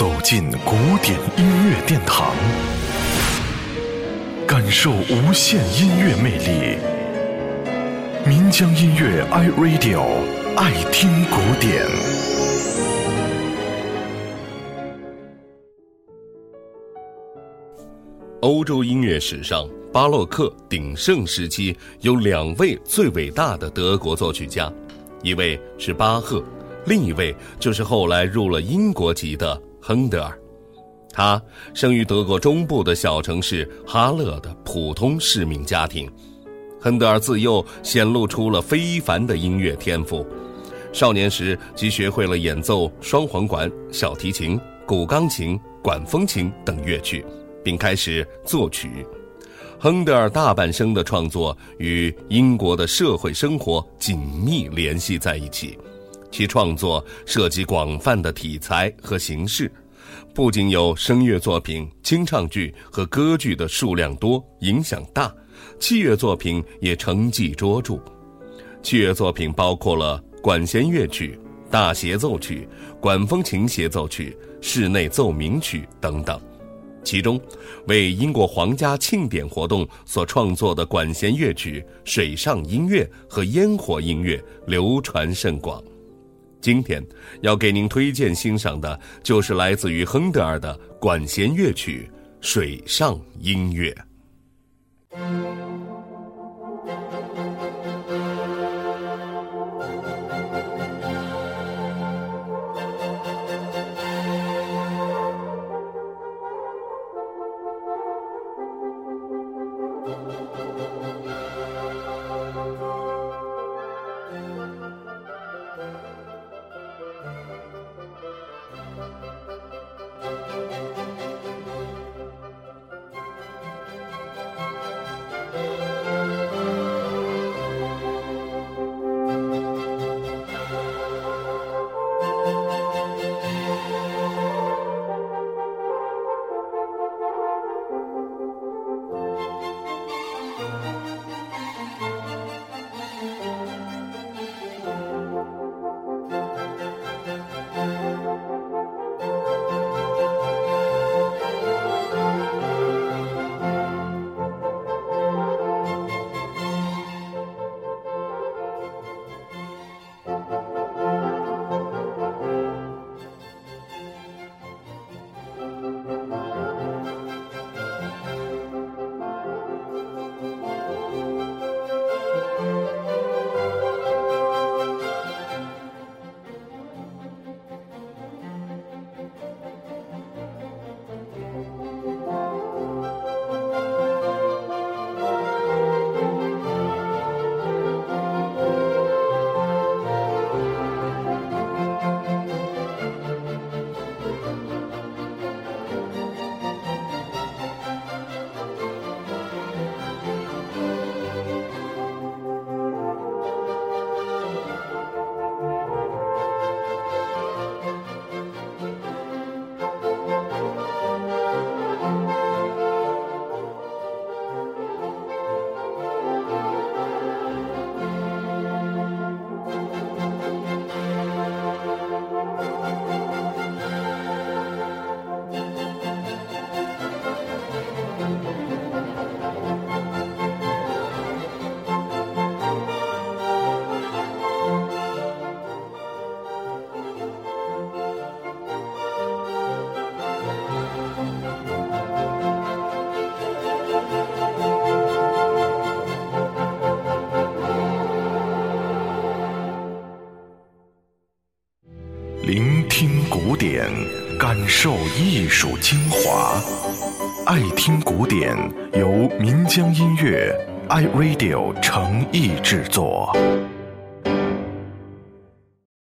走进古典音乐殿堂，感受无限音乐魅力。民江音乐 iRadio， 爱听古典。 欧洲音乐史上，巴洛克鼎盛时期有两位最伟大的德国作曲家，一位是巴赫，另一位就是后来入了英国籍的亨德尔。他生于德国中部的小城市哈勒的普通市民家庭。亨德尔自幼显露出了非凡的音乐天赋，少年时即学会了演奏双簧管、小提琴、古钢琴、管风琴等乐曲，并开始作曲。亨德尔大半生的创作与英国的社会生活紧密联系在一起，其创作涉及广泛的题材和形式，不仅有声乐作品、清唱剧和歌剧的数量多、影响大，器乐作品也成绩卓著。器乐作品包括了管弦乐曲、大协奏曲、管风琴协奏曲、室内奏鸣曲等等。其中为英国皇家庆典活动所创作的管弦乐曲、水上音乐和烟火音乐流传甚广。今天要给您推荐欣赏的就是来自于亨德尔的管弦乐曲《水上音乐》。 聆听古典，感受艺术精华。爱听古典，由民江音乐 iRadio 诚意制作。